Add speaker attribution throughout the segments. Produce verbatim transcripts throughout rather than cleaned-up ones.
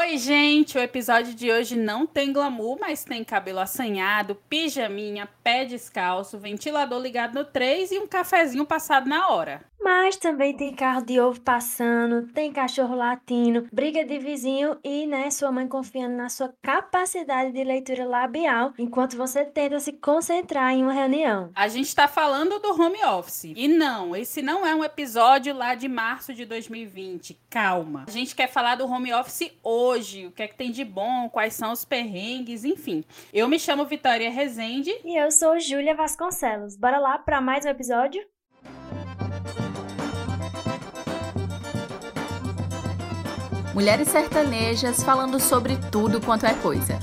Speaker 1: Oi, gente! O episódio de hoje não tem glamour, mas tem cabelo assanhado, pijaminha, pé descalço, ventilador ligado no três e um cafezinho passado na hora.
Speaker 2: Mas também tem carro de ovo passando, tem cachorro latindo, briga de vizinho e, né, sua mãe confiando na sua capacidade de leitura labial enquanto você tenta se concentrar em uma reunião.
Speaker 1: A gente tá falando do home office. E não, esse não é um episódio lá de março de dois mil e vinte. Calma. A gente quer falar do home office hoje. O que é que tem de bom, quais são os perrengues, enfim. Eu me chamo Vitória Rezende.
Speaker 2: E eu sou Júlia Vasconcelos. Bora lá para mais um episódio?
Speaker 3: Mulheres sertanejas falando sobre tudo quanto é coisa.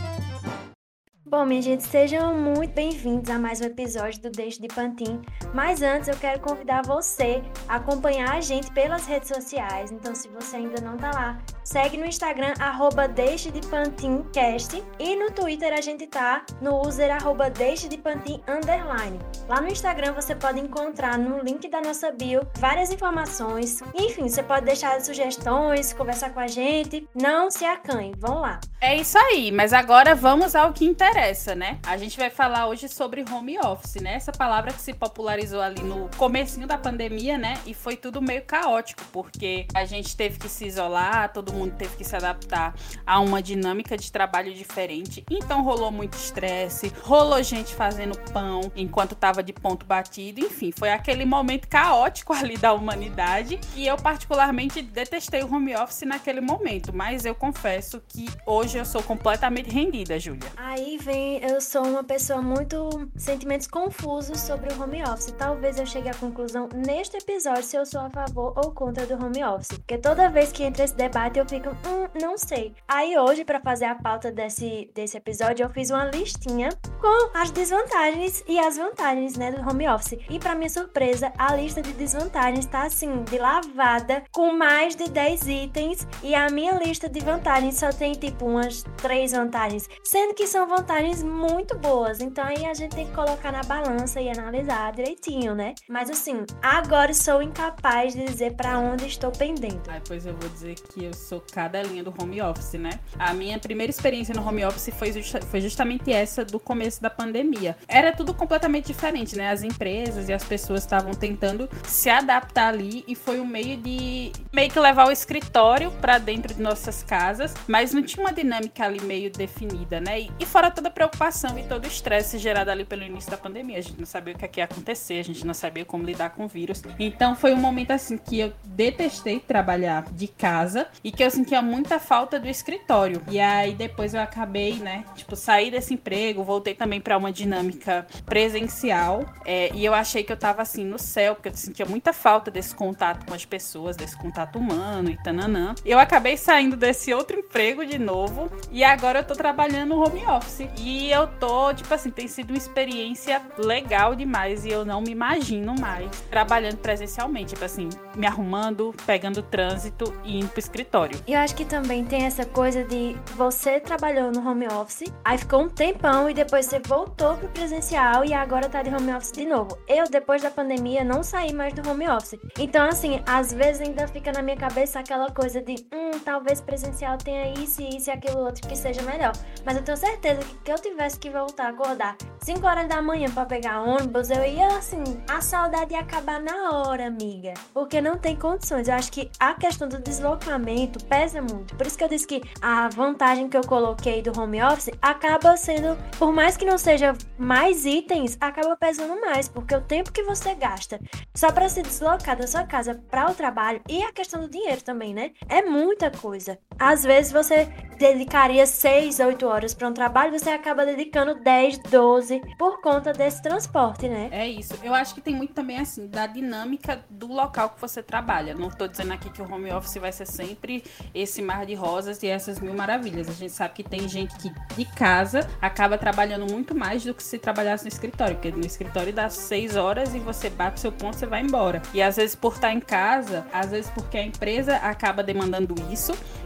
Speaker 2: Bom, minha gente, sejam muito bem-vindos a mais um episódio do Deixe de Pantin. Mas antes eu quero convidar você a acompanhar a gente pelas redes sociais. Então, se você ainda não tá lá, segue no Instagram, arroba Deixe de Pantin Cast. E no Twitter a gente tá no user, arroba Deixe de Pantin underline. Lá no Instagram você pode encontrar no link da nossa bio várias informações. Enfim, você pode deixar sugestões, conversar com a gente. Não se acanhe, vão lá.
Speaker 1: É isso aí, mas agora vamos ao que interessa, né? A gente vai falar hoje sobre home office, né? Essa palavra que se popularizou ali no comecinho da pandemia, né? E foi tudo meio caótico, porque a gente teve que se isolar, todo mundo teve que se adaptar a uma dinâmica de trabalho diferente. Então rolou muito estresse, rolou gente fazendo pão enquanto tava de ponto batido. Enfim, foi aquele momento caótico ali da humanidade. E eu particularmente detestei o home office naquele momento, mas eu confesso que hoje eu sou completamente rendida, Júlia.
Speaker 2: Aí vem, eu sou uma pessoa muito sentimentos confusos sobre o home office. Talvez eu chegue à conclusão neste episódio se eu sou a favor ou contra do home office. Porque toda vez que entra esse debate eu fico, hum, não sei. Aí hoje, pra fazer a pauta desse, desse episódio, eu fiz uma listinha com as desvantagens e as vantagens, né, do home office. E pra minha surpresa, a lista de desvantagens tá assim, de lavada, com mais de dez itens. E a minha lista de vantagens só tem tipo umas três vantagens, sendo que são vantagens muito boas, então aí a gente tem que colocar na balança e analisar direitinho, né? Mas assim, agora sou incapaz de dizer pra onde estou pendendo.
Speaker 1: Ah, pois eu vou dizer que eu sou cadelinha do home office, né? A minha primeira experiência no home office foi, justa, foi justamente essa do começo da pandemia. Era tudo completamente diferente, né? As empresas e as pessoas estavam tentando se adaptar ali e foi um meio de meio que levar o escritório pra dentro de nossas casas, mas não tinha uma dinâmica ali meio definida, né? E, e fora toda a preocupação e todo o estresse gerado ali pelo início da pandemia. A gente não sabia o que ia acontecer, a gente não sabia como lidar com o vírus. Então foi um momento assim que eu detestei trabalhar de casa e que eu sentia muita falta do escritório. E aí depois eu acabei, né, tipo, saí desse emprego, voltei também pra uma dinâmica presencial, é, e eu achei que eu tava assim no céu, porque eu sentia muita falta desse contato com as pessoas, desse contato humano e tananã. Eu acabei saindo desse outro emprego de novo e agora eu tô trabalhando no home office. E eu tô, tipo assim, tem sido uma experiência legal demais e eu não me imagino mais trabalhando presencialmente, tipo assim, me arrumando, pegando trânsito e indo pro escritório.
Speaker 2: E eu acho que também tem essa coisa de você trabalhou no home office, aí ficou um tempão e depois você voltou pro presencial e agora tá de home office de novo. Eu, depois da pandemia, não saí mais do home office. Então, assim, às vezes ainda fica na minha cabeça aquela coisa de, hum, talvez presencial tenha isso e isso e aquilo outro que seja melhor. Mas eu tenho certeza que que eu tivesse que voltar a acordar cinco horas da manhã pra pegar ônibus, eu ia, assim, a saudade ia acabar na hora, amiga. Porque não tem condições. Eu acho que a questão do deslocamento pesa muito. Por isso que eu disse que a vantagem que eu coloquei do home office acaba sendo, por mais que não seja mais itens, acaba pesando mais. Porque o tempo que você gasta só pra se deslocar da sua casa para o trabalho e a questão do dinheiro também, né? É muita coisa. Às vezes você dedicaria seis, oito horas para um trabalho, você acaba dedicando dez, doze por conta desse transporte, né?
Speaker 1: É isso. Eu acho que tem muito também, assim, da dinâmica do local que você trabalha. Não tô dizendo aqui que o home office vai ser sempre esse mar de rosas e essas mil maravilhas. A gente sabe que tem gente que de casa acaba trabalhando muito mais do que se trabalhasse no escritório, porque no escritório dá seis horas e você bate seu ponto, você vai embora. E às vezes por estar em casa, às vezes porque a empresa acaba demandando isso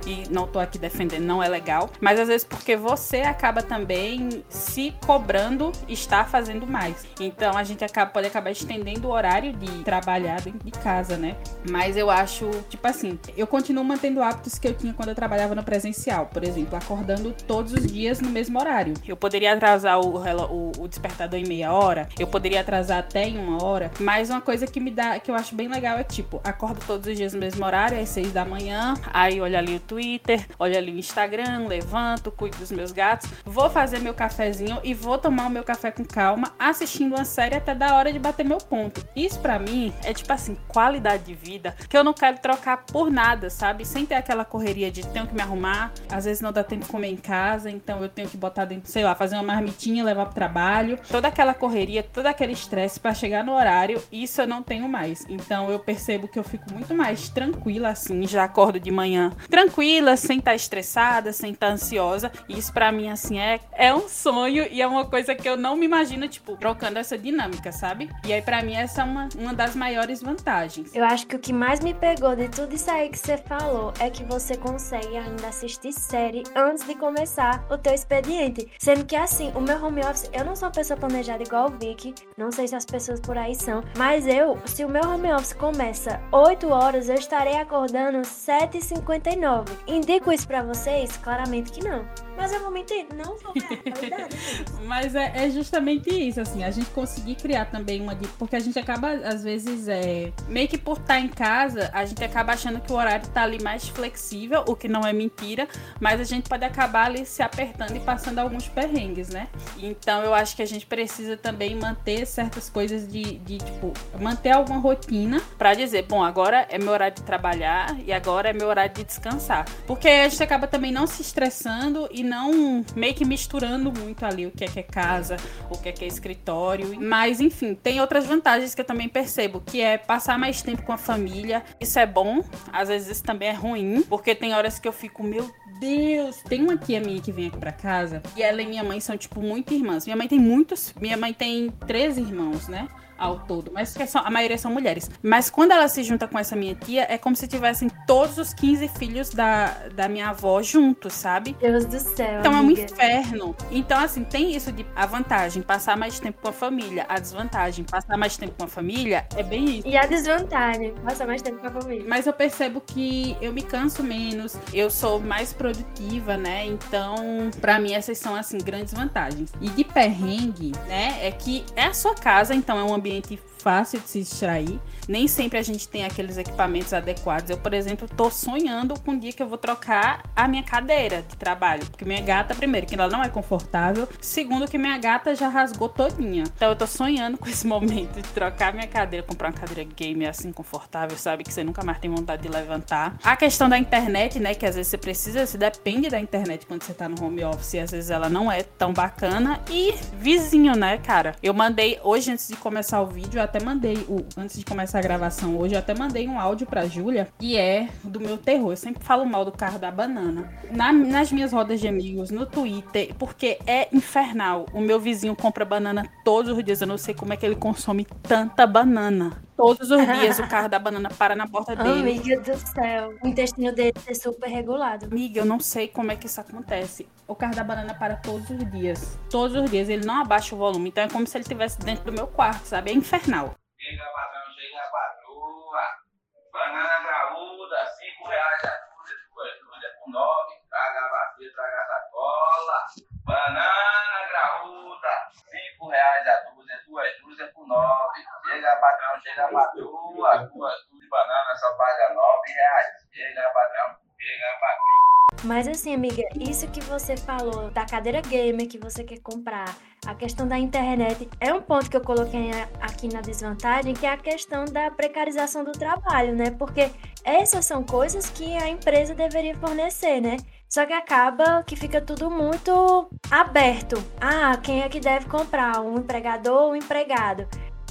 Speaker 1: e não tô aqui defendendo, não é legal, mas às vezes porque você acaba também se cobrando estar fazendo mais. Então a gente acaba, pode acabar estendendo o horário de trabalhar dentro de casa, né? Mas eu acho, tipo assim, eu continuo mantendo hábitos que eu tinha quando eu trabalhava no presencial, por exemplo, acordando todos os dias no mesmo horário. Eu poderia atrasar o, o, o despertador em meia hora, eu poderia atrasar até em uma hora, mas uma coisa que me dá, que eu acho bem legal é tipo, acordo todos os dias no mesmo horário, às seis da manhã, aí olho ali o Twitter, olho ali o Instagram, levanto, cuido dos meus gatos, vou fazer meu cafezinho e vou tomar o meu café com calma, assistindo uma série até da hora de bater meu ponto. Isso pra mim é tipo assim, qualidade de vida que eu não quero trocar por nada, sabe? Sem ter aquela correria de tenho que me arrumar, às vezes não dá tempo de comer em casa, então eu tenho que botar dentro, sei lá, fazer uma marmitinha, levar pro trabalho, toda aquela correria, todo aquele estresse pra chegar no horário, isso eu não tenho mais. Então eu percebo que eu fico muito mais tranquila assim, já acordo de manhã tranquila, sem estar estressada, sem estar ansiosa. Isso pra mim assim é, é um sonho e é uma coisa que eu não me imagino, tipo, trocando essa dinâmica, sabe? E aí pra mim essa é uma, uma das maiores vantagens.
Speaker 2: Eu acho que o que mais me pegou de tudo isso aí que você falou é que você consegue ainda assistir série antes de começar o teu expediente. Sendo que assim, o meu home office, eu não sou uma pessoa planejada igual o Vicky, não sei se as pessoas por aí são, mas eu, se o meu home office começa oito horas, eu estarei acordando sete e cinquenta e nove. Indico isso pra vocês? Claramente que não. Mas eu vou mentir, não vou ver a qualidade.
Speaker 1: Mas é, é justamente isso, assim, a gente conseguir criar também uma... Porque a gente acaba, às vezes, é, meio que por estar em casa, a gente acaba achando que o horário tá ali mais flexível, o que não é mentira, mas a gente pode acabar ali se apertando e passando alguns perrengues, né? Então eu acho que a gente precisa também manter certas coisas de, de tipo, manter alguma rotina pra dizer, bom, agora é meu horário de trabalhar e agora é meu horário de descansar. Porque a gente acaba também não se estressando e não meio que misturando muito ali o que é que é casa, o que é que é escritório. Mas, enfim, tem outras vantagens que eu também percebo, que é passar mais tempo com a família. Isso é bom, às vezes isso também é ruim, porque tem horas que eu fico, meu Deus, tem uma tia minha que vem aqui pra casa e ela e minha mãe são, tipo, muito irmãs. Minha mãe tem muitos, minha mãe tem treze irmãos, né? Ao todo, mas a maioria são mulheres. Mas quando ela se junta com essa minha tia, é como se tivessem todos os quinze filhos da, da minha avó juntos, sabe?
Speaker 2: Deus do céu,
Speaker 1: então
Speaker 2: amiga.
Speaker 1: É um inferno. Então, assim, tem isso de a vantagem, passar mais tempo com a família. A desvantagem, passar mais tempo com a família, é bem isso.
Speaker 2: E a desvantagem, passar mais tempo com a família.
Speaker 1: Mas eu percebo que eu me canso menos, eu sou mais produtiva, né? Então, pra mim, essas são, assim, grandes vantagens. E de perrengue, né? É que é a sua casa, então é um ambiente fácil de se distrair. Nem sempre a gente tem aqueles equipamentos adequados. Eu, por exemplo, tô sonhando com o dia que eu vou trocar a minha cadeira de trabalho. Porque minha gata, primeiro, que ela não é confortável. Segundo, que minha gata já rasgou todinha. Então eu tô sonhando com esse momento de trocar minha cadeira, comprar uma cadeira gamer assim, confortável, sabe? Que você nunca mais tem vontade de levantar. A questão da internet, né? Que às vezes você precisa, você depende da internet quando você tá no home office. E às vezes ela não é tão bacana. E vizinho, né, cara? Eu mandei, hoje, antes de começar o vídeo, eu até mandei, o, antes de começar a gravação hoje, eu até mandei um áudio pra Júlia, que é do meu terror. Eu sempre falo mal do carro da banana. Na, nas minhas rodas de amigos, no Twitter, porque é infernal. O meu vizinho compra banana todos os dias. Eu não sei como é que ele consome tanta banana. Todos os dias o carro da banana para na porta dele.
Speaker 2: Amiga do céu. O intestino dele é super regulado.
Speaker 1: Amiga, eu não sei como é que isso acontece. O carro da banana para todos os dias. Todos os dias. Ele não abaixa o volume. Então é como se ele estivesse dentro do meu quarto, sabe? É infernal.
Speaker 4: Chega, patrão, chega, patroa. Banana graúda, cinco reais a dúzia, duas dúzias por nove. Traga a bacia, traga a sacola. Banana graúda, cinco reais a dúzia, duas dúzias por nove. Chega, patrão, chega, patroa. Duas dúzias de banana só paga nove reais. Chega, patrão, chega, patroa.
Speaker 2: Mas assim, amiga, isso que você falou da cadeira gamer que você quer comprar, a questão da internet, é um ponto que eu coloquei aqui na desvantagem, que é a questão da precarização do trabalho, né? Porque essas são coisas que a empresa deveria fornecer, né? Só que acaba que fica tudo muito aberto. Ah, quem é que deve comprar? Um empregador ou um empregado?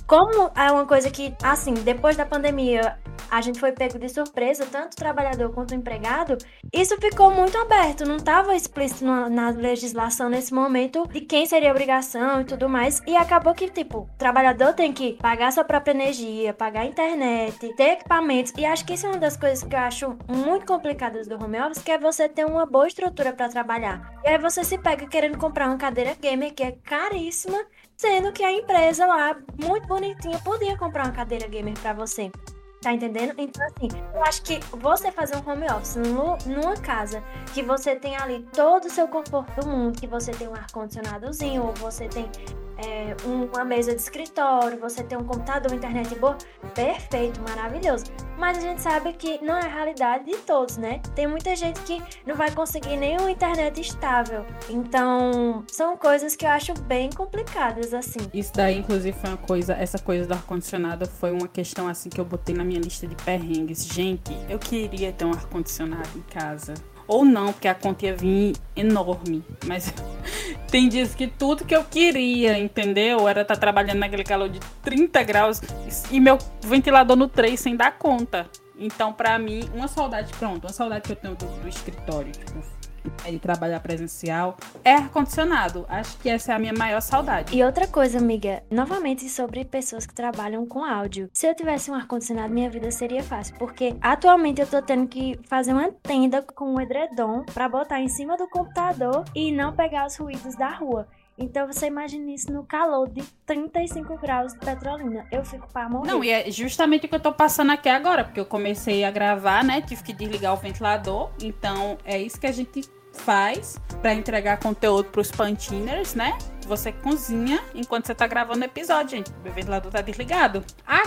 Speaker 2: como é uma coisa que, assim, depois da pandemia, a gente foi pego de surpresa, tanto o trabalhador quanto o empregado, isso ficou muito aberto, não estava explícito na, na legislação nesse momento de quem seria a obrigação e tudo mais, e acabou que, tipo, o trabalhador tem que pagar sua própria energia, pagar a internet, ter equipamentos, e acho que isso é uma das coisas que eu acho muito complicadas do home office, que é você ter uma boa estrutura para trabalhar. E aí você se pega querendo comprar uma cadeira gamer que é caríssima, sendo que a empresa lá, muito bonitinha, podia comprar uma cadeira gamer para você. Tá entendendo? Então, assim, eu acho que você fazer um home office no, numa casa que você tem ali todo o seu conforto do mundo, que você tem um ar-condicionadozinho, ou você tem é, uma mesa de escritório, você tem um computador, internet boa, perfeito, maravilhoso. Mas a gente sabe que não é a realidade de todos, né? Tem muita gente que não vai conseguir nenhuma internet estável. Então, são coisas que eu acho bem complicadas, assim.
Speaker 1: Isso daí, inclusive, foi uma coisa, essa coisa do ar-condicionado foi uma questão, assim, que eu botei na minha lista de perrengues. Gente, eu queria ter um ar-condicionado em casa. Ou não, porque a conta ia vir enorme. Mas tem dias que tudo que eu queria, entendeu? Era estar trabalhando naquele calor de trinta graus e meu ventilador no três sem dar conta. Então, pra mim, uma saudade, pronto, uma saudade que eu tenho do, do escritório, tipo, é de trabalhar presencial, é ar-condicionado. Acho que essa é a minha maior saudade.
Speaker 2: E outra coisa, amiga, novamente sobre pessoas que trabalham com áudio. Se eu tivesse um ar-condicionado, minha vida seria fácil, porque atualmente eu tô tendo que fazer uma tenda com um edredom pra botar em cima do computador e não pegar os ruídos da rua. Então você imagina isso no calor de trinta e cinco graus de Petrolina. Eu fico pra morrer.
Speaker 1: Não, e é justamente o que eu tô passando aqui agora, porque eu comecei a gravar, né? Tive que desligar o ventilador. Então é isso que a gente faz pra entregar conteúdo pros pantiners, né? Você cozinha enquanto você tá gravando o episódio, gente. O ventilador tá desligado.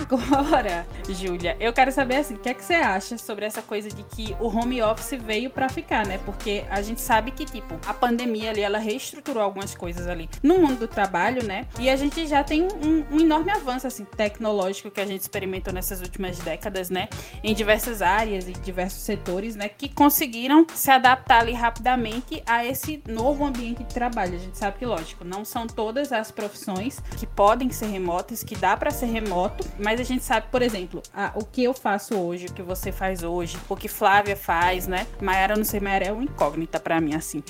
Speaker 1: Agora, Júlia, eu quero saber assim, o que é que você acha sobre essa coisa de que o home office veio pra ficar, né? Porque a gente sabe que, tipo, a pandemia ali, ela reestruturou algumas coisas ali no mundo do trabalho, né? E a gente já tem um, um enorme avanço, assim, tecnológico que a gente experimentou nessas últimas décadas, né? Em diversas áreas e diversos setores, né? Que conseguiram se adaptar ali rapidamente a esse novo ambiente de trabalho. A gente sabe que, lógico, não são todas as profissões que podem ser remotas, que dá para ser remoto, mas a gente sabe, por exemplo, a, o que eu faço hoje, o que você faz hoje, o que Flávia faz, né? Mayara, eu não sei, Mayara é uma incógnita para mim, assim.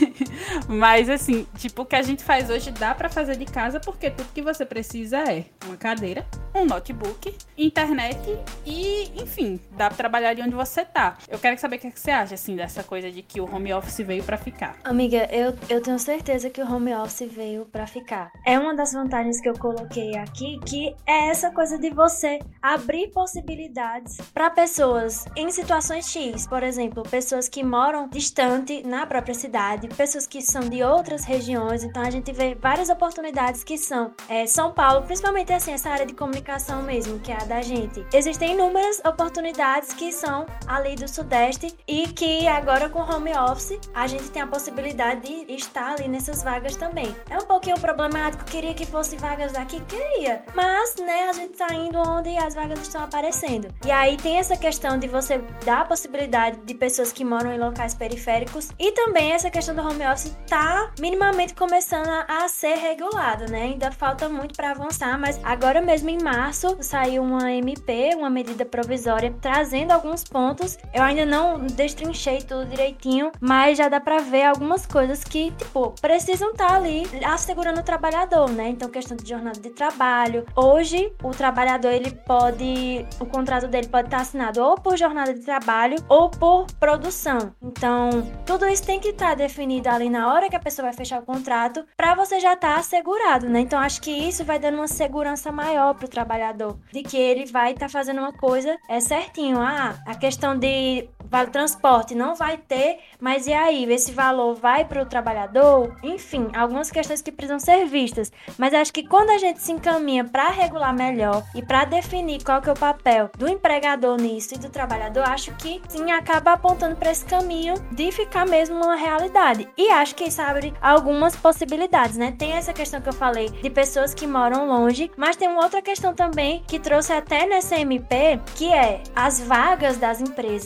Speaker 1: Mas, assim, tipo, o que a gente faz hoje dá para fazer de casa, porque tudo que você precisa é uma cadeira, um notebook, internet e, enfim, dá para trabalhar ali onde você tá. Eu quero saber o que você acha, assim, dessa coisa de que o home office veio para ficar.
Speaker 2: Amiga, eu, eu tenho certeza que o home office veio para ficar. É uma das vantagens que eu coloquei aqui, que é essa coisa de você abrir possibilidades para pessoas em situações X, por exemplo, pessoas que moram distante na própria cidade, pessoas que são de outras regiões. Então a gente vê várias oportunidades que são é, São Paulo, principalmente assim, essa área de comunicação mesmo, que é a da gente. Existem inúmeras oportunidades que são ali do Sudeste e que agora com home office a gente tem a possibilidade de estar ali nessas vagas também. É um pouquinho problemático, queria que fosse vagas daqui, queria, mas, né, a gente tá indo onde as vagas estão aparecendo. E aí tem essa questão de você dar a possibilidade de pessoas que moram em locais periféricos e também essa questão do home office tá minimamente começando a, a ser regulado, né? Ainda falta muito para avançar, mas agora mesmo em março saiu uma M P, uma medida provisória, trazendo alguns pontos. Eu ainda não destrinchei tudo direitinho, mas já dá pra ver algumas coisas que, tipo, precisam estar ali assegurando o trabalhador, né? Então, questão de jornada de trabalho. Hoje, o trabalhador, ele pode... O contrato dele pode estar assinado ou por jornada de trabalho ou por produção. Então, tudo isso tem que estar definido ali na hora que a pessoa vai fechar o contrato pra você já estar assegurado, né? Então, acho que isso vai dando uma segurança maior pro trabalhador, de que ele vai estar fazendo uma coisa é certinho. Ah, a questão de vale transporte não vai ter, mas e aí? Esse valor vai pro trabalhador? Enfim, algumas questões que precisam ser vistas, mas acho que quando a gente se encaminha para regular melhor e para definir qual que é o papel do empregador nisso e do trabalhador, acho que sim, acaba apontando para esse caminho de ficar mesmo uma realidade. E acho que isso abre algumas possibilidades, né? Tem essa questão que eu falei de pessoas que moram longe, mas tem uma outra questão também que trouxe até nessa M P, que é as vagas das empresas que são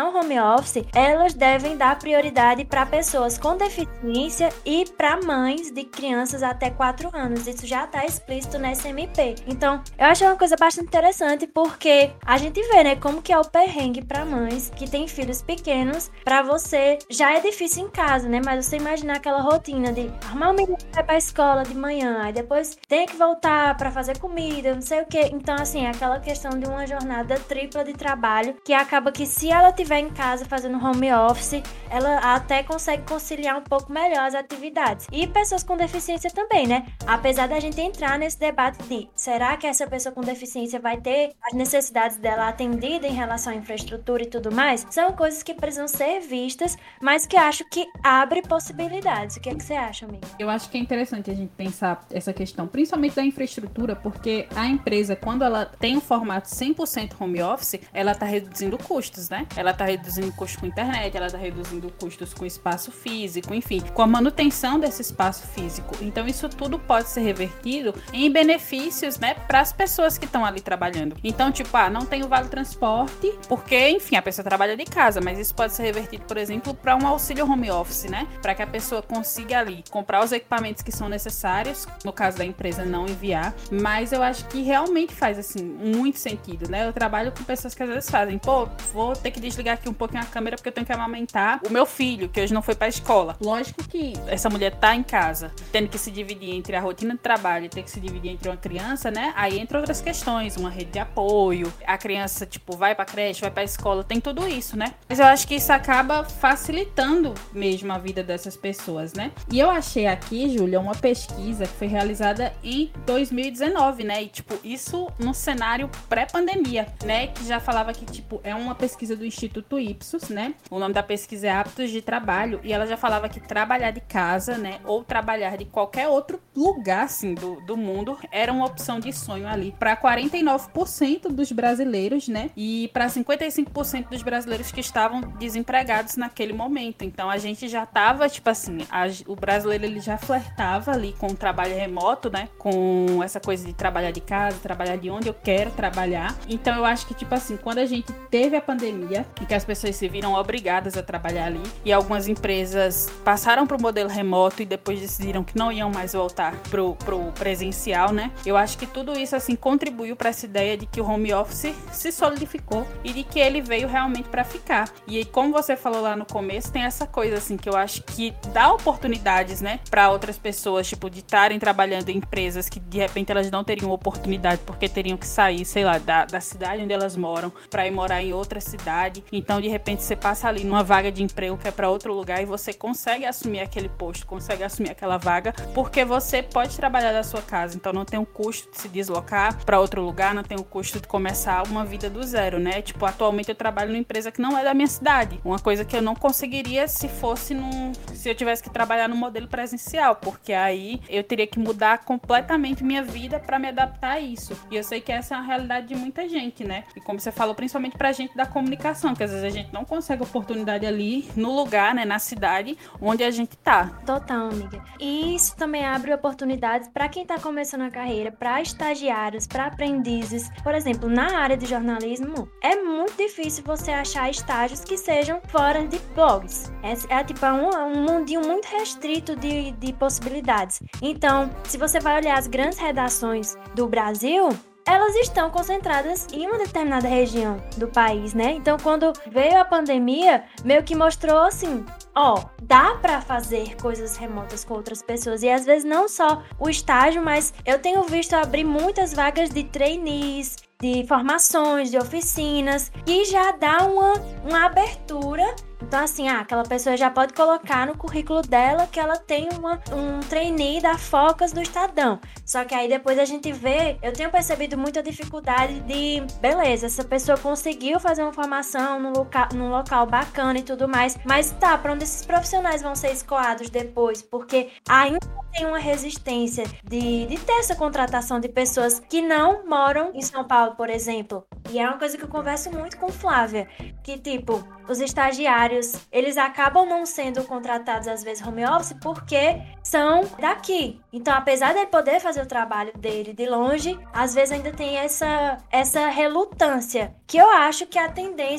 Speaker 2: estão home office, elas devem dar prioridade para pessoas com deficiência e para mães de crianças até quatro anos. Isso já está explícito na S M P. Então, eu acho uma coisa bastante interessante porque a gente vê, né, como que é o perrengue para mães que têm filhos pequenos. Para você, já é difícil em casa, né? Mas você imaginar aquela rotina de arrumar o menino para ir para a escola de manhã, aí depois tem que voltar para fazer comida, não sei o quê. Então, assim, é aquela questão de uma jornada tripla de trabalho que acaba que se ela estiver em casa fazendo home office, ela até consegue conciliar um pouco melhor as atividades. E pessoas com deficiência também, né? Apesar da gente entrar nesse debate de será que essa pessoa com deficiência vai ter as necessidades dela atendidas em relação à infraestrutura e tudo mais, são coisas que precisam ser vistas, mas que acho que abre possibilidades. O que é que você acha, amiga?
Speaker 1: Eu acho que é interessante a gente pensar essa questão, principalmente da infraestrutura, porque a empresa, quando ela tem um formato cem por cento home office, ela está reduzindo custos, né? Ela está reduzindo custos com internet, ela está reduzindo custos com espaço físico, enfim, com a manutenção desse espaço físico. Então, isso tudo pode ser revertido em benefícios, né, para as pessoas que estão ali trabalhando. Então, tipo, ah, não tem o vale transporte, porque, enfim, a pessoa trabalha de casa, mas isso pode ser revertido, por exemplo, para um auxílio home office, né? Para que a pessoa consiga ali comprar os equipamentos que são necessários, no caso da empresa não enviar, mas eu acho que realmente faz, assim, muito sentido, né? Eu trabalho com pessoas que às vezes fazem, pô, vou ter que desligar aqui um pouquinho a câmera porque eu tenho que amamentar o meu filho, que hoje não foi pra escola. Lógico que essa mulher tá em casa, tendo que se dividir entre a rotina de trabalho e ter que se dividir entre uma criança, né? Aí entra outras questões, uma rede de apoio, a criança, tipo, vai pra creche, vai pra escola, tem tudo isso, né? Mas eu acho que isso acaba facilitando mesmo a vida dessas pessoas, né? E eu achei aqui, Júlia, uma pesquisa que foi realizada em dois mil e dezenove, né? E, tipo, isso no cenário pré-pandemia, né? Que já falava que, tipo, é uma pesquisa do Instituto Ipsos, né? O nome da pesquisa é Hábitos de Trabalho, e ela já falava que trabalhar de casa, né? Ou trabalhar de qualquer outro lugar, assim, do, do mundo, era uma opção de sonho ali para quarenta e nove por cento dos brasileiros, né? E para cinquenta e cinco por cento dos brasileiros que estavam desempregados naquele momento. Então, a gente já tava, tipo assim, a, o brasileiro, ele já flertava ali com o trabalho remoto, né? Com essa coisa de trabalhar de casa, trabalhar de onde eu quero trabalhar. Então, eu acho que, tipo assim, quando a gente teve a pandemia e que as pessoas se viram obrigadas a trabalhar ali e algumas empresas passaram pro modelo remoto e depois decidiram que não iam mais voltar pro, pro presencial, né? Eu acho que tudo isso, assim, contribuiu para essa ideia de que o home office se solidificou e de que ele veio realmente para ficar. E aí, como você falou lá no começo, tem essa coisa, assim, que eu acho que dá oportunidades, né, para outras pessoas, tipo, de estarem trabalhando em empresas que, de repente, elas não teriam oportunidade porque teriam que sair, sei lá, da, da cidade onde elas moram para ir morar em outra cidade. Então, de repente, você passa ali numa vaga de emprego que é para outro lugar e você consegue assumir aquele posto, consegue assumir aquela vaga, porque você pode trabalhar da sua casa. Então, não tem o custo de se deslocar para outro lugar, não tem o custo de começar uma vida do zero, né? Tipo, atualmente eu trabalho numa empresa que não é da minha cidade. Uma coisa que eu não conseguiria se fosse num... se eu tivesse que trabalhar no modelo presencial, porque aí eu teria que mudar completamente minha vida para me adaptar a isso. E eu sei que essa é uma realidade de muita gente, né? E como você falou, principalmente pra gente da comunicação, que às vezes a gente não consegue oportunidade ali no lugar, né, na cidade onde a gente tá.
Speaker 2: Total, amiga. E isso também abre oportunidades para quem tá começando a carreira, para estagiários, para aprendizes. Por exemplo, na área de jornalismo, é muito difícil você achar estágios que sejam fora de blogs. É, é tipo um, um mundinho muito restrito de, de possibilidades. Então, se você vai olhar as grandes redações do Brasil, elas estão concentradas em uma determinada região do país, né? Então, quando veio a pandemia, meio que mostrou assim, ó, dá pra fazer coisas remotas com outras pessoas. E às vezes não só o estágio, mas eu tenho visto abrir muitas vagas de trainees, de formações, de oficinas, que já dá uma, uma abertura. Então, assim, ah, aquela pessoa já pode colocar no currículo dela que ela tem uma, um trainee da Focas do Estadão. Só que aí depois a gente vê, eu tenho percebido muita dificuldade de, beleza, essa pessoa conseguiu fazer uma formação num local, num local bacana e tudo mais, mas tá, pra onde esses profissionais vão ser escoados depois? Porque ainda tem uma resistência de, de ter essa contratação de pessoas que não moram em São Paulo, por exemplo. E é uma coisa que eu converso muito com Flávia, que tipo, os estagiários, eles acabam não sendo contratados às vezes home office porque são daqui. Então, apesar dele poder fazer o trabalho dele de longe, às vezes ainda tem essa, essa relutância, que eu acho que a tendência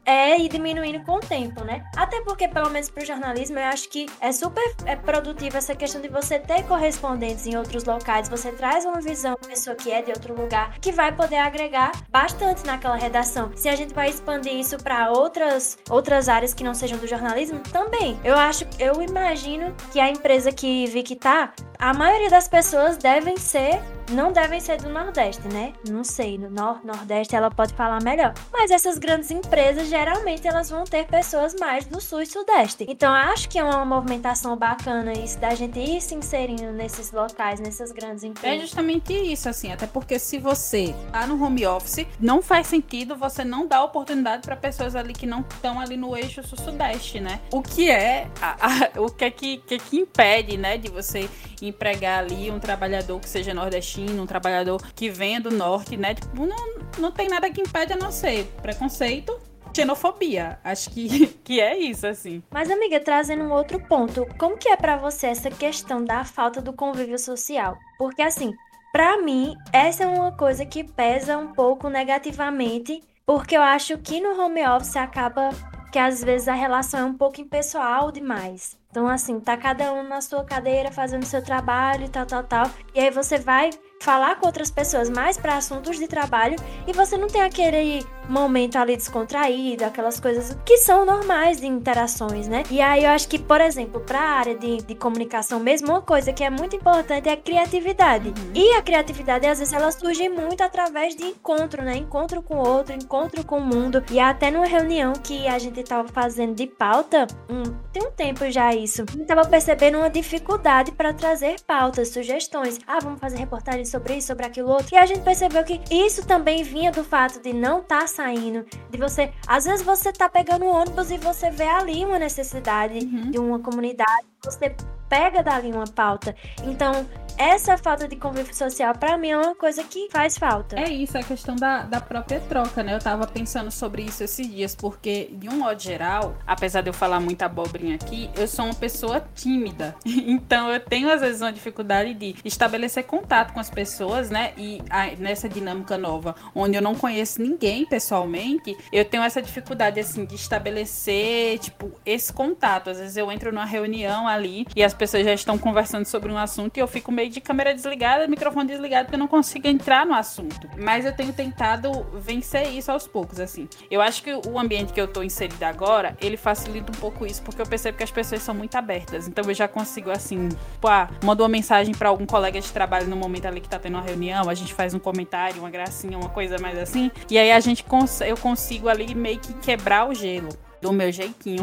Speaker 2: é ir diminuindo com o tempo, né? Até porque, pelo menos pro jornalismo, eu acho que é super é, produtivo essa questão de você ter correspondentes em outros locais, você traz uma visão de pessoa que é de outro lugar, que vai poder agregar bastante naquela redação. Se a gente vai expandir isso para outras, outras áreas que não sejam do jornalismo, também. Eu acho, eu imagino que a empresa que Vicky tá, a maioria das pessoas devem ser, não devem ser do Nordeste, né? Não sei, no Nor- Nordeste ela pode falar melhor. Mas essas grandes empresas, geralmente, elas vão ter pessoas mais do Sul e Sudeste. Então, eu acho que é uma movimentação bacana isso, da gente ir se inserindo nesses locais, nessas grandes empresas.
Speaker 1: É justamente isso, assim, até porque se você tá no home office, não faz sentido você não dar oportunidade para pessoas ali que não estão ali no eixo Sul-Sudeste, né? O que é, a, a, o que é que, que, que impede, né, de você empregar ali um trabalhador que seja nordestino, um trabalhador que venha do norte, né? Tipo, não, não tem nada que impede a não ser preconceito, xenofobia. Acho que, que é isso, assim.
Speaker 2: Mas, amiga, trazendo um outro ponto, como que é pra você essa questão da falta do convívio social? Porque, assim, pra mim, essa é uma coisa que pesa um pouco negativamente, porque eu acho que no home office acaba que, às vezes, a relação é um pouco impessoal demais. Então, assim, tá cada um na sua cadeira fazendo seu trabalho e tal, tal, tal. E aí você vai falar com outras pessoas mais para assuntos de trabalho e você não tem aquele momento ali descontraído, aquelas coisas que são normais de interações, né? E aí eu acho que, por exemplo, para a área de, de comunicação mesmo, uma coisa que é muito importante é a criatividade. Uhum. E a criatividade, às vezes, ela surge muito através de encontro, né? Encontro com o outro, encontro com o mundo. E até numa reunião que a gente tava fazendo de pauta, hum, tem um tempo já isso, eu tava percebendo uma dificuldade para trazer pautas, sugestões. Ah, vamos fazer reportagem sobre isso, sobre aquilo outro. E a gente percebeu que isso também vinha do fato de não estar tá saindo, de você, às vezes você tá pegando um ônibus e você vê ali uma necessidade uhum. de uma comunidade, você pega dali uma pauta. Então, essa falta de convívio social, pra mim, é uma coisa que faz falta.
Speaker 1: É isso, é a questão da, da própria troca, né? Eu tava pensando sobre isso esses dias, porque, de um modo geral, apesar de eu falar muita abobrinha aqui, eu sou uma pessoa tímida. Então, eu tenho, às vezes, uma dificuldade de estabelecer contato com as pessoas, né? E a, nessa dinâmica nova, onde eu não conheço ninguém pessoalmente, eu tenho essa dificuldade, assim, de estabelecer, tipo, esse contato. Às vezes, eu entro numa reunião ali e as pessoas já estão conversando sobre um assunto e eu fico meio de câmera desligada, microfone desligado, porque eu não consigo entrar no assunto. Mas eu tenho tentado vencer isso aos poucos, assim. Eu acho que o ambiente que eu tô inserida agora, ele facilita um pouco isso, porque eu percebo que as pessoas são muito abertas. Então eu já consigo, assim, pô, ah, mando uma mensagem pra algum colega de trabalho no momento ali que tá tendo uma reunião, a gente faz um comentário, uma gracinha, uma coisa mais assim, e aí a gente cons- eu consigo ali meio que quebrar o gelo. Do meu jeitinho.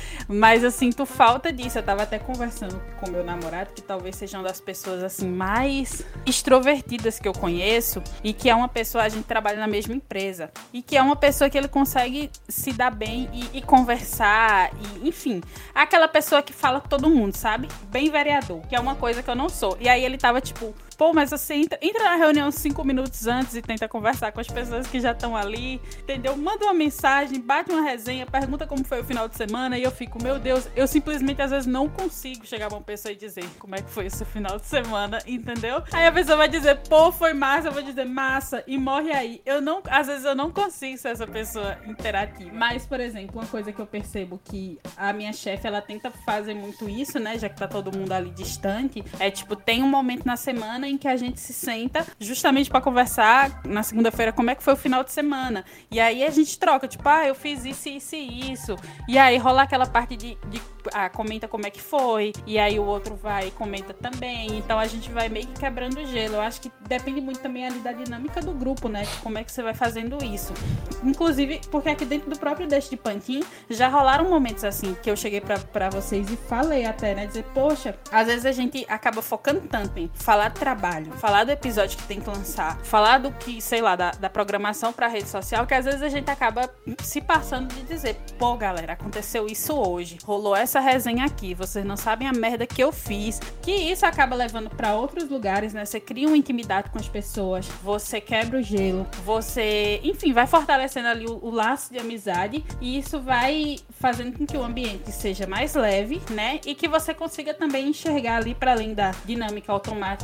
Speaker 1: Mas eu sinto falta disso. Eu tava até conversando com meu namorado, que talvez seja uma das pessoas assim mais extrovertidas que eu conheço, e que é uma pessoa, a gente trabalha na mesma empresa, e que é uma pessoa que ele consegue se dar bem e, e conversar, e enfim, aquela pessoa que fala com todo mundo, sabe? Bem vereador, que é uma coisa que eu não sou. E aí ele tava tipo, pô, mas você entra, entra na reunião cinco minutos antes e tenta conversar com as pessoas que já estão ali, entendeu? Manda uma mensagem, bate uma resenha, pergunta como foi o final de semana, e eu fico, meu Deus, eu simplesmente às vezes não consigo chegar pra uma pessoa e dizer como é que foi o seu final de semana, entendeu? Aí a pessoa vai dizer, pô, foi massa, eu vou dizer massa, e morre aí. Eu não, às vezes eu não consigo ser essa pessoa interativa. Mas, por exemplo, uma coisa que eu percebo que a minha chefe, ela tenta fazer muito isso, né, já que tá todo mundo ali distante, é tipo, tem um momento na semana em que a gente se senta justamente pra conversar na segunda-feira como é que foi o final de semana. E aí a gente troca, tipo, ah, eu fiz isso, isso e isso. E aí rola aquela parte de, de ah, comenta como é que foi. E aí o outro vai e comenta também. Então a gente vai meio que quebrando o gelo. Eu acho que depende muito também ali da dinâmica do grupo, né? Como é que você vai fazendo isso. Inclusive, porque aqui dentro do próprio Deixa de Pantin já rolaram momentos assim que eu cheguei pra, pra vocês e falei até, né? Dizer, poxa, às vezes a gente acaba focando tanto em falar de trabalho, falar do episódio que tem que lançar, falar do que, sei lá, da, da programação pra rede social, que às vezes a gente acaba se passando de dizer, pô, galera, aconteceu isso hoje, rolou essa resenha aqui, vocês não sabem a merda que eu fiz, que isso acaba levando pra outros lugares, né? Você cria uma intimidade com as pessoas, você quebra o gelo, você, enfim, vai fortalecendo ali o, o laço de amizade, e isso vai fazendo com que o ambiente seja mais leve, né? E que você consiga também enxergar ali para além da dinâmica automática de trabalho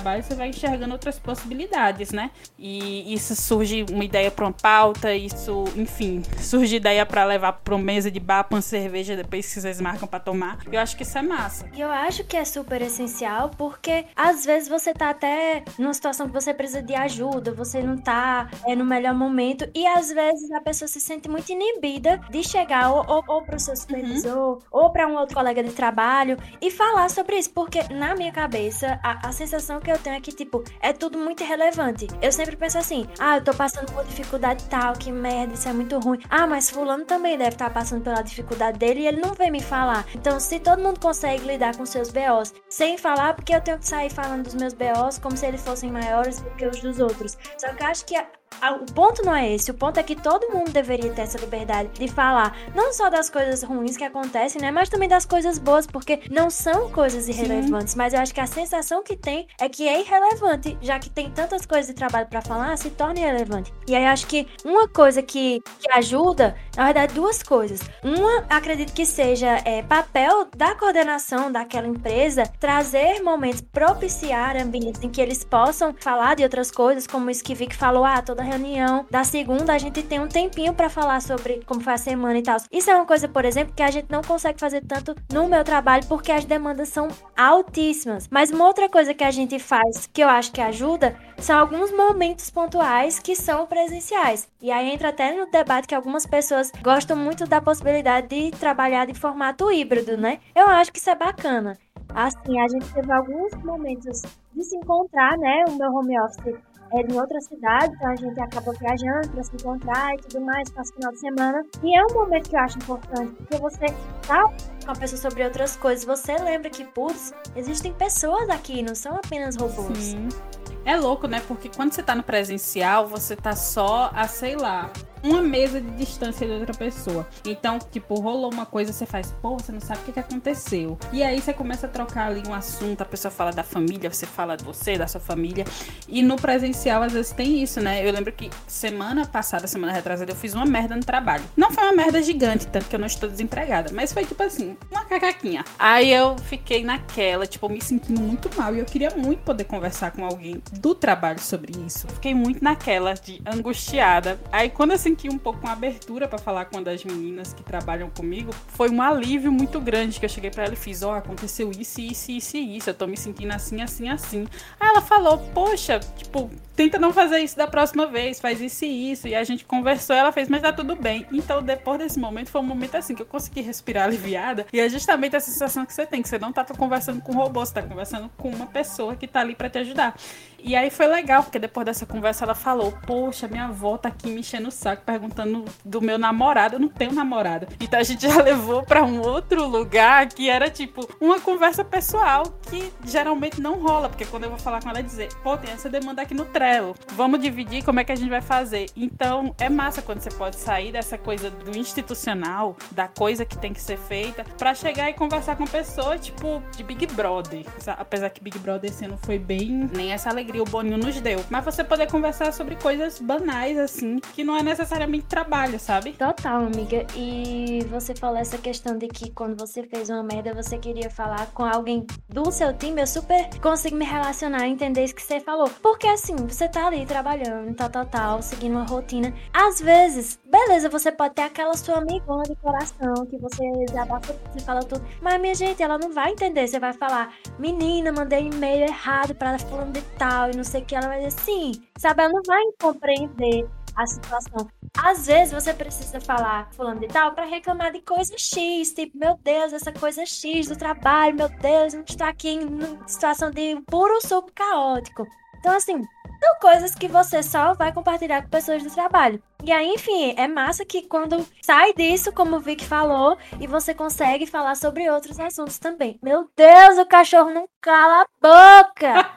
Speaker 1: trabalho, você vai enxergando outras possibilidades, né? E isso surge uma ideia para uma pauta, isso, enfim, surge ideia para levar para uma mesa de bar, para uma cerveja depois que vocês marcam para tomar. Eu acho que isso é massa.
Speaker 2: E eu acho que é super essencial, porque às vezes você tá até numa situação que você precisa de ajuda, você não tá é, no melhor momento, e às vezes a pessoa se sente muito inibida de chegar ou, ou, ou pro seu supervisor, uhum. ou para um outro colega de trabalho e falar sobre isso, porque na minha cabeça a, a sensação que eu tenho é que, tipo, é tudo muito irrelevante. Eu sempre penso assim, ah, eu tô passando por dificuldade tal, que merda, isso é muito ruim. Ah, mas fulano também deve estar passando pela dificuldade dele e ele não vem me falar. Então, se todo mundo consegue lidar com seus B Os sem falar, porque eu tenho que sair falando dos meus B Os como se eles fossem maiores do que os dos outros. Só que eu acho que a, a, o ponto não é esse. O ponto é que todo mundo deveria ter essa liberdade de falar, não só das coisas ruins que acontecem, né, mas também das coisas boas, porque não são coisas irrelevantes. Sim. Mas eu acho que a sensação que tem é que é irrelevante, já que tem tantas coisas de trabalho pra falar, se torna irrelevante. E aí eu acho que uma coisa que, que ajuda, na verdade, duas coisas. Uma, acredito que seja é, papel da coordenação daquela empresa, trazer momentos, propiciar ambientes em que eles possam falar de outras coisas, como isso que Vic falou, ah, toda reunião da segunda a gente tem um tempinho pra falar sobre como foi a semana e tal. Isso é uma coisa, por exemplo, que a gente não consegue fazer tanto no meu trabalho, porque as demandas são altíssimas. Mas uma outra coisa que a gente faz, que eu acho que ajuda, são alguns momentos pontuais que são presenciais. E aí entra até no debate que algumas pessoas gostam muito da possibilidade de trabalhar de formato híbrido, né? Eu acho que isso é bacana. Assim, a gente teve alguns momentos de se encontrar, né? O meu home office é em outra cidade, então a gente acaba viajando para se encontrar e tudo mais, passa o final de semana. E é um momento que eu acho importante, porque você tá com a pessoa sobre outras coisas, você lembra que, putz, existem pessoas aqui, não são apenas robôs.
Speaker 1: Sim. É louco, né? Porque quando você tá no presencial, você tá só a, sei lá, uma mesa de distância de outra pessoa. Então, tipo, rolou uma coisa, você faz, pô, você não sabe o que, que aconteceu. E aí você começa a trocar ali um assunto, a pessoa fala da família, você fala de você, da sua família. E no presencial, às vezes, tem isso, né? Eu lembro que semana passada, semana retrasada, eu fiz uma merda no trabalho. Não foi uma merda gigante, tanto que eu não estou desempregada. Mas foi, tipo assim, uma cacaquinha. Aí eu fiquei naquela, tipo, me sentindo muito mal. E eu queria muito poder conversar com alguém do trabalho sobre isso. Fiquei muito naquela de angustiada. Aí quando eu senti um pouco uma abertura pra falar com uma das meninas que trabalham comigo, foi um alívio muito grande, que eu cheguei pra ela e fiz, ó, oh, aconteceu isso, isso, isso e isso, eu tô me sentindo assim, assim, assim. Aí ela falou, poxa, tipo, tenta não fazer isso da próxima vez, faz isso e isso. E a gente conversou, ela fez, mas tá tudo bem. Então depois desse momento, foi um momento assim, que eu consegui respirar aliviada, e é justamente a sensação que você tem, que você não tá conversando com um robô, você tá conversando com uma pessoa que tá ali pra te ajudar. E aí foi legal, porque depois dessa conversa ela falou, poxa, minha avó tá aqui me enchendo o saco, perguntando do meu namorado. Eu não tenho namorado. Então a gente já levou pra um outro lugar que era tipo uma conversa pessoal, que geralmente não rola, porque quando eu vou falar com ela, dizer, pô, tem essa demanda aqui no Trello, vamos dividir, como é que a gente vai fazer? Então é massa quando você pode sair dessa coisa do institucional, da coisa que tem que ser feita, pra chegar e conversar com pessoa, tipo, de Big Brother. Apesar que Big Brother esse ano foi bem, nem essa alegria o Boninho nos deu. Mas você poder conversar sobre coisas banais, assim, que não é necessariamente trabalho, sabe?
Speaker 2: Total, amiga. E você falou essa questão de que quando você fez uma merda, você queria falar com alguém do seu time. Eu super consigo me relacionar e entender isso que você falou. Porque assim, você tá ali trabalhando, tal, tal, tal, seguindo uma rotina. Às vezes, beleza, você pode ter aquela sua amigona de coração, que você desabafa, você fala tudo. Mas, minha gente, ela não vai entender. Você vai falar, menina, mandei e-mail errado pra fulano de tal, e não sei o que. Ela vai dizer, sim, sabe? Ela não vai compreender a situação. Às vezes você precisa falar fulano de tal pra reclamar de coisa X, tipo, meu Deus, essa coisa X do trabalho, meu Deus, a gente tá aqui em situação de puro suco caótico. Então, assim, são coisas que você só vai compartilhar com pessoas do trabalho. E aí, enfim, é massa que quando sai disso, como o Vic falou, e você consegue falar sobre outros assuntos também. Meu Deus, o cachorro não cala a boca!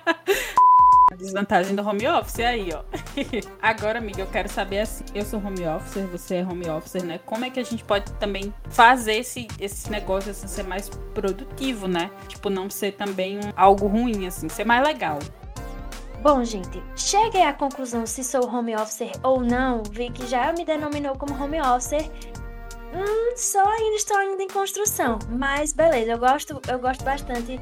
Speaker 1: A desvantagem do home office é aí, ó. Agora, amiga, eu quero saber assim, eu sou home officer, você é home officer, né? Como é que a gente pode também fazer esse, esse negócio assim, ser mais produtivo, né? Tipo, não ser também um, algo ruim, assim, ser mais legal.
Speaker 2: Bom, gente, cheguei à conclusão se sou home officer ou não. Vi que já me denominou como home officer. Hum, só ainda estou ainda em construção. Mas beleza, eu gosto, eu gosto bastante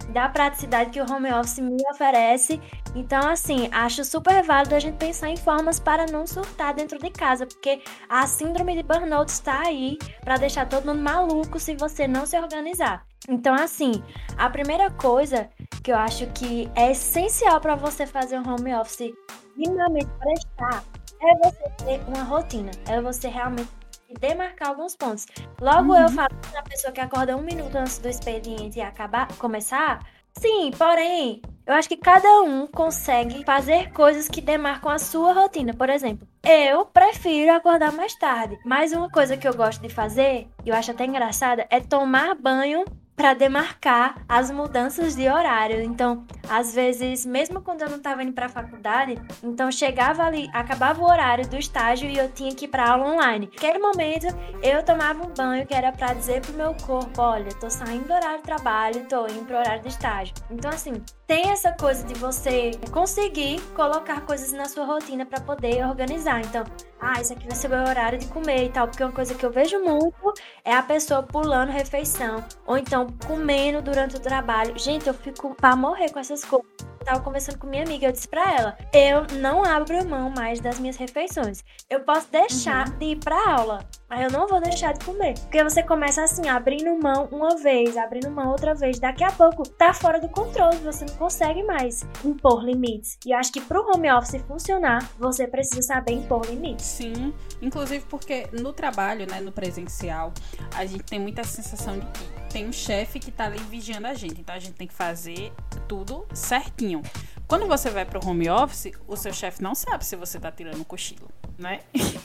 Speaker 2: da praticidade que o home office me oferece. Então, assim, acho super válido a gente pensar em formas para não surtar dentro de casa, porque a síndrome de burnout está aí para deixar todo mundo maluco se você não se organizar. Então, assim, a primeira coisa que eu acho que é essencial para você fazer um home office minimamente prestar é você ter uma rotina, é você realmente demarcar alguns pontos. Logo, uhum. eu falo para a pessoa que acorda um minuto antes do expediente e acabar, começar, sim, porém, eu acho que cada um consegue fazer coisas que demarcam a sua rotina. Por exemplo, eu prefiro acordar mais tarde, mas uma coisa que eu gosto de fazer, e eu acho até engraçada, é tomar banho para demarcar as mudanças de horário. Então, às vezes, mesmo quando eu não estava indo para a faculdade, então chegava ali, acabava o horário do estágio e eu tinha que ir para aula online. Naquele momento, eu tomava um banho que era para dizer pro meu corpo, olha, tô saindo do horário de trabalho, tô indo pro horário de estágio. Então, assim, tem essa coisa de você conseguir colocar coisas na sua rotina para poder organizar. Então, ah, isso aqui vai ser o meu horário de comer e tal, porque uma coisa que eu vejo muito é a pessoa pulando refeição, ou então comendo durante o trabalho. Gente, eu fico pra morrer com essas coisas. Eu tava conversando com minha amiga, eu disse pra ela, eu não abro mão mais das minhas refeições. Eu posso deixar uhum. de ir pra aula, mas eu não vou deixar de comer. Porque você começa assim, abrindo mão uma vez, abrindo mão outra vez. Daqui a pouco tá fora do controle, você não consegue mais impor limites. E eu acho que pro home office funcionar, você precisa saber impor limites.
Speaker 1: Sim, inclusive porque no trabalho, né, no presencial, a gente tem muita sensação de que tem um chefe que tá ali vigiando a gente. Então a gente tem que fazer tudo certinho. Quando você vai pro home office, o seu chefe não sabe se você tá tirando um cochilo, né?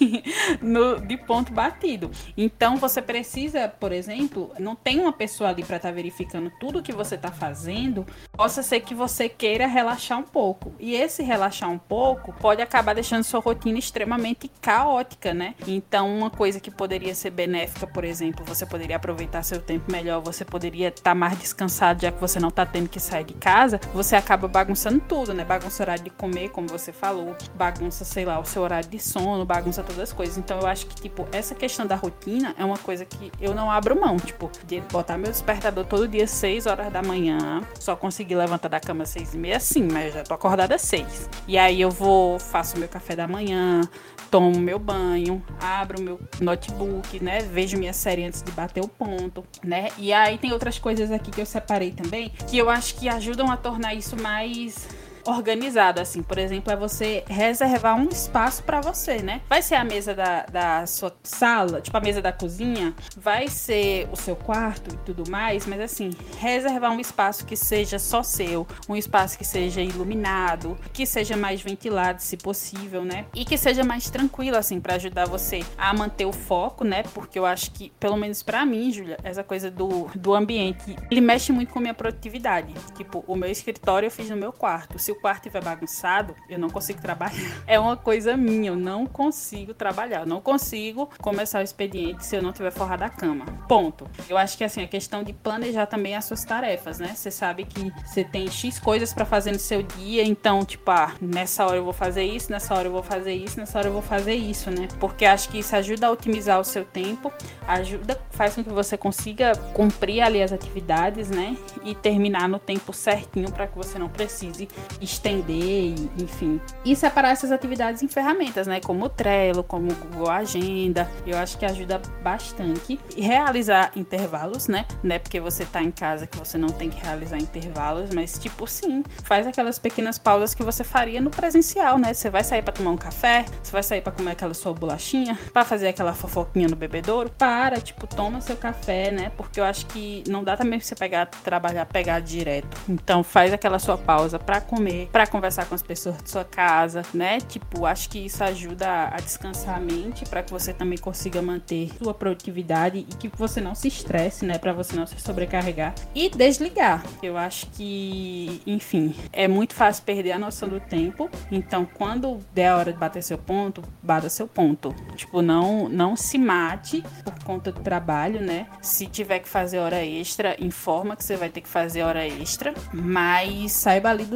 Speaker 1: no, de ponto batido. Então você precisa, por exemplo, não tem uma pessoa ali para estar tá verificando tudo que você tá fazendo. Possa ser que você queira relaxar um pouco. E esse relaxar um pouco pode acabar deixando sua rotina extremamente caótica, né? Então uma coisa que poderia ser benéfica, por exemplo, você poderia aproveitar seu tempo melhor, você poderia estar tá mais descansado, já que você não tá tendo que sair de casa, você acaba bagunçando tudo, né? Bagunça o horário de comer, como você falou, bagunça, sei lá, o seu horário de sono, bagunça todas as coisas. Então eu acho que, tipo, essa questão da rotina é uma coisa que eu não abro mão, tipo, de botar meu despertador todo dia seis horas da manhã, só conseguir levantar da cama às seis e meia, sim, mas eu já tô acordada às seis. E aí eu vou, faço meu café da manhã, tomo meu banho, abro meu notebook, né? Vejo minha série antes de bater o ponto, né? E aí tem outras coisas aqui que eu separei também, que eu acho que ajudam a tornar isso mais organizado, assim, por exemplo, é você reservar um espaço pra você, né? Vai ser a mesa da, da sua sala, tipo a mesa da cozinha, vai ser o seu quarto e tudo mais, mas assim, reservar um espaço que seja só seu, um espaço que seja iluminado, que seja mais ventilado, se possível, né? E que seja mais tranquilo, assim, pra ajudar você a manter o foco, né? Porque eu acho que, pelo menos pra mim, Júlia, essa coisa do, do ambiente, ele mexe muito com a minha produtividade. Tipo, o meu escritório eu fiz no meu quarto. Se o quarto estiver bagunçado, eu não consigo trabalhar. É uma coisa minha, eu não consigo trabalhar. Eu não consigo começar o expediente se eu não tiver forrado a cama. Ponto. Eu acho que, assim, a questão de planejar também as suas tarefas, né? Você sabe que você tem X coisas pra fazer no seu dia, então, tipo, ah, nessa hora eu vou fazer isso, nessa hora eu vou fazer isso, nessa hora eu vou fazer isso, né? Porque acho que isso ajuda a otimizar o seu tempo, ajuda, faz com que você consiga cumprir ali as atividades, né? E terminar no tempo certinho pra que você não precise estender, enfim. E separar essas atividades em ferramentas, né? Como o Trello, como o Google Agenda. Eu acho que ajuda bastante. E realizar intervalos, né? Não é porque você tá em casa que você não tem que realizar intervalos, mas tipo, sim, faz aquelas pequenas pausas que você faria no presencial, né? Você vai sair pra tomar um café, você vai sair pra comer aquela sua bolachinha, pra fazer aquela fofoquinha no bebedouro. Para, tipo, toma seu café, né? Porque eu acho que não dá também pra você pegar, trabalhar, pegar direto. Então faz aquela sua pausa pra comer, para conversar com as pessoas de sua casa, né? Tipo, acho que isso ajuda a descansar a mente para que você também consiga manter sua produtividade e que você não se estresse, né? Para você não se sobrecarregar e desligar. Eu acho que, enfim, é muito fácil perder a noção do tempo. Então, quando der a hora de bater seu ponto, bata seu ponto. Tipo, não, não se mate por conta do trabalho, né? Se tiver que fazer hora extra, informa que você vai ter que fazer hora extra, mas saiba ali do seu limite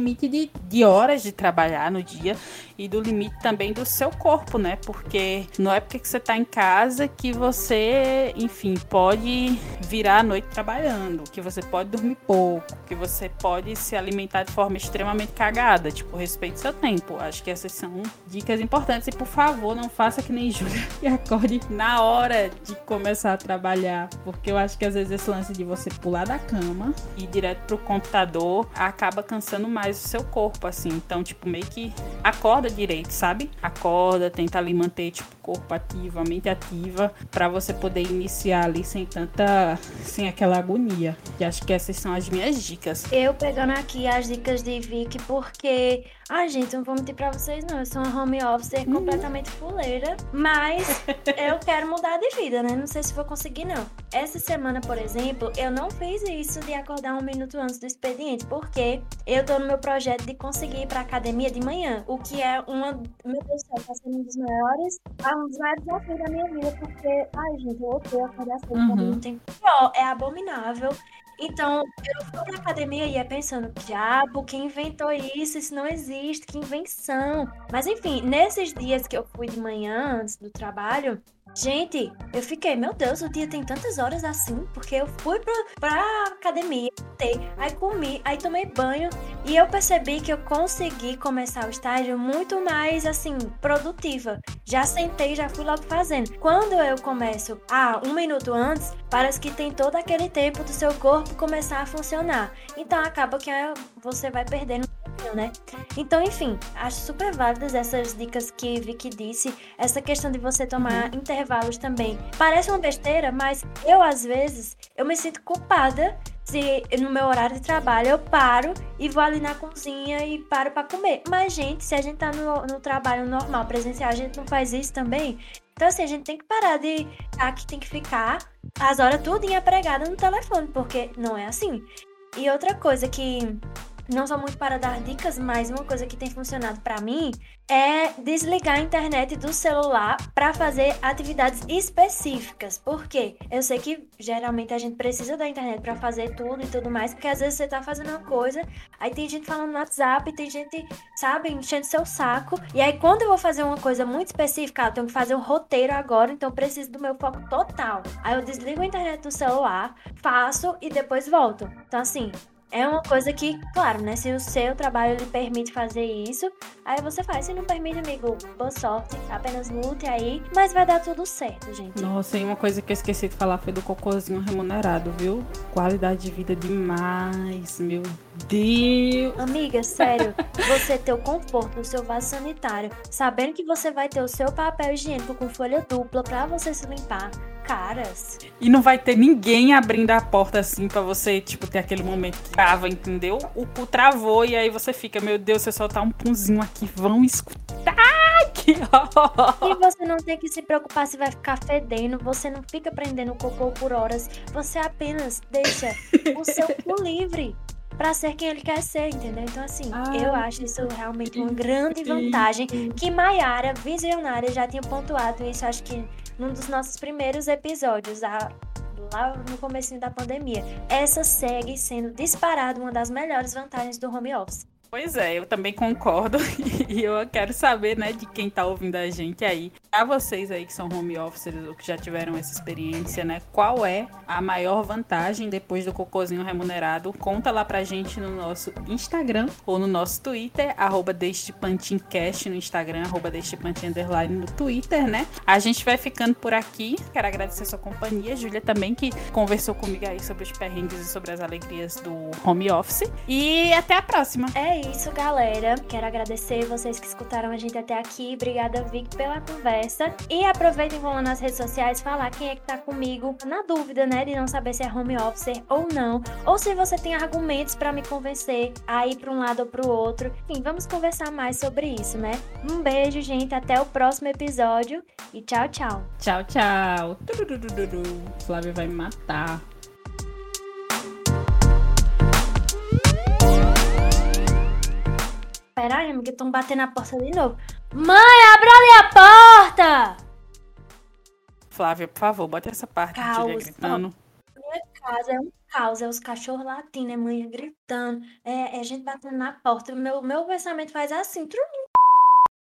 Speaker 1: limite de, de horas de trabalhar no dia e do limite também do seu corpo, né? Porque não é porque você tá em casa que você, enfim, pode virar a noite trabalhando, que você pode dormir pouco, que você pode se alimentar de forma extremamente cagada. Tipo, respeite seu tempo. Acho que essas são dicas importantes e, por favor, não faça que nem Júlia e acorde na hora de começar a trabalhar, porque eu acho que às vezes esse lance de você pular da cama e ir direto pro computador acaba cansando mais o seu corpo, assim. Então, tipo, meio que acorda direito, sabe? Acorda, tenta ali manter, tipo, o corpo ativo, a mente ativa, pra você poder iniciar ali sem tanta, sem aquela agonia. E acho que essas são as minhas dicas.
Speaker 2: Eu pegando aqui as dicas de Vicky, porque, ah, gente, não vou mentir pra vocês não, eu sou uma home officer uhum. completamente fuleira, mas eu quero mudar de vida, né? Não sei se vou conseguir, não. Essa semana, por exemplo, eu não fiz isso de acordar um minuto antes do expediente, porque eu tô no meu projeto de conseguir ir pra academia de manhã, o que é uma, meu Deus do céu, tá sendo um dos maiores, um dos maiores desafios da minha vida, porque, ai, gente, eu odeio acordar cedo, uhum. não tem pior, é abominável. Então, eu fui pra academia e ia pensando, diabo, quem inventou isso? Isso não existe, que invenção. Mas enfim, nesses dias que eu fui de manhã, antes do trabalho, gente, eu fiquei, meu Deus, o dia tem tantas horas assim, porque eu fui pra, pra academia, aí comi, aí tomei banho, e eu percebi que eu consegui começar o estágio muito mais, assim, produtiva. Já sentei, já fui logo fazendo. Quando eu começo, ah, um minuto antes, parece que tem todo aquele tempo do seu corpo começar a funcionar. Então, acaba que você vai perdendo né? Então, enfim, acho super válidas essas dicas que Vicky disse, essa questão de você tomar uhum. intervalos também. Parece uma besteira, mas eu, às vezes, eu me sinto culpada se no meu horário de trabalho eu paro e vou ali na cozinha e paro pra comer. Mas, gente, se a gente tá no, no trabalho normal, presencial, a gente não faz isso também. Então, assim, a gente tem que parar de aqui tem que ficar as horas tudinha pregada no telefone, porque não é assim. E outra coisa que não sou muito para dar dicas, mas uma coisa que tem funcionado para mim é desligar a internet do celular para fazer atividades específicas. Por quê? Eu sei que geralmente a gente precisa da internet para fazer tudo e tudo mais, porque às vezes você tá fazendo uma coisa, aí tem gente falando no WhatsApp, tem gente, sabe, enchendo seu saco. E aí quando eu vou fazer uma coisa muito específica, eu tenho que fazer um roteiro agora, então eu preciso do meu foco total. Aí eu desligo a internet do celular, faço e depois volto. Então assim, é uma coisa que, claro, né? Se o seu trabalho lhe permite fazer isso, aí você faz. Se não permite, amigo, boa sorte. Apenas lute aí. Mas vai dar tudo certo, gente.
Speaker 1: Nossa, e uma coisa que eu esqueci de falar foi do cocôzinho remunerado, viu? Qualidade de vida demais, meu Deus.
Speaker 2: Amiga, sério. Você ter o conforto do seu vaso sanitário, sabendo que você vai ter o seu papel higiênico com folha dupla pra você se limpar. Caras.
Speaker 1: E não vai ter ninguém abrindo a porta assim pra você, tipo, ter aquele momento que trava, entendeu? O cu travou e aí você fica, meu Deus, se eu soltar um punzinho aqui, vão escutar. Que
Speaker 2: E você não tem que se preocupar se vai ficar fedendo, você não fica prendendo o cocô por horas, você apenas deixa o seu cu livre pra ser quem ele quer ser, entendeu? Então, assim, ah, eu acho isso realmente uma grande vantagem que Maiara, visionária, já tinha pontuado isso, acho que num dos nossos primeiros episódios, a, lá no comecinho da pandemia. Essa segue sendo disparada uma das melhores vantagens do home office.
Speaker 1: Pois é, eu também concordo e eu quero saber, né, de quem tá ouvindo a gente aí, a vocês aí que são home officers ou que já tiveram essa experiência, né, qual é a maior vantagem depois do cocôzinho remunerado? Conta lá pra gente no nosso Instagram ou no nosso Twitter, arroba destepantincast no Instagram, arroba destepantin underline no Twitter, né? A gente vai ficando por aqui, quero agradecer a sua companhia, Júlia também, que conversou comigo aí sobre os perrengues e sobre as alegrias do home office, e até a próxima!
Speaker 2: É isso, galera. Quero agradecer vocês que escutaram a gente até aqui. Obrigada, Vic, pela conversa. E aproveitem e vão lá nas redes sociais falar quem é que tá comigo na dúvida, né, de não saber se é home officer ou não. Ou se você tem argumentos pra me convencer a ir pra um lado ou pro outro. Enfim, vamos conversar mais sobre isso, né? Um beijo, gente. Até o próximo episódio. E tchau, tchau.
Speaker 1: Tchau, tchau. Flávia vai me matar.
Speaker 2: Peraí, amiga, estão batendo na porta de novo. Mãe, abre ali a porta!
Speaker 1: Flávia, por favor, bota essa parte de Júlia gritando.
Speaker 2: Minha casa é um caos, é os cachorros latindo, é mãe gritando, é, é gente batendo na porta. O meu, meu pensamento faz assim, trum.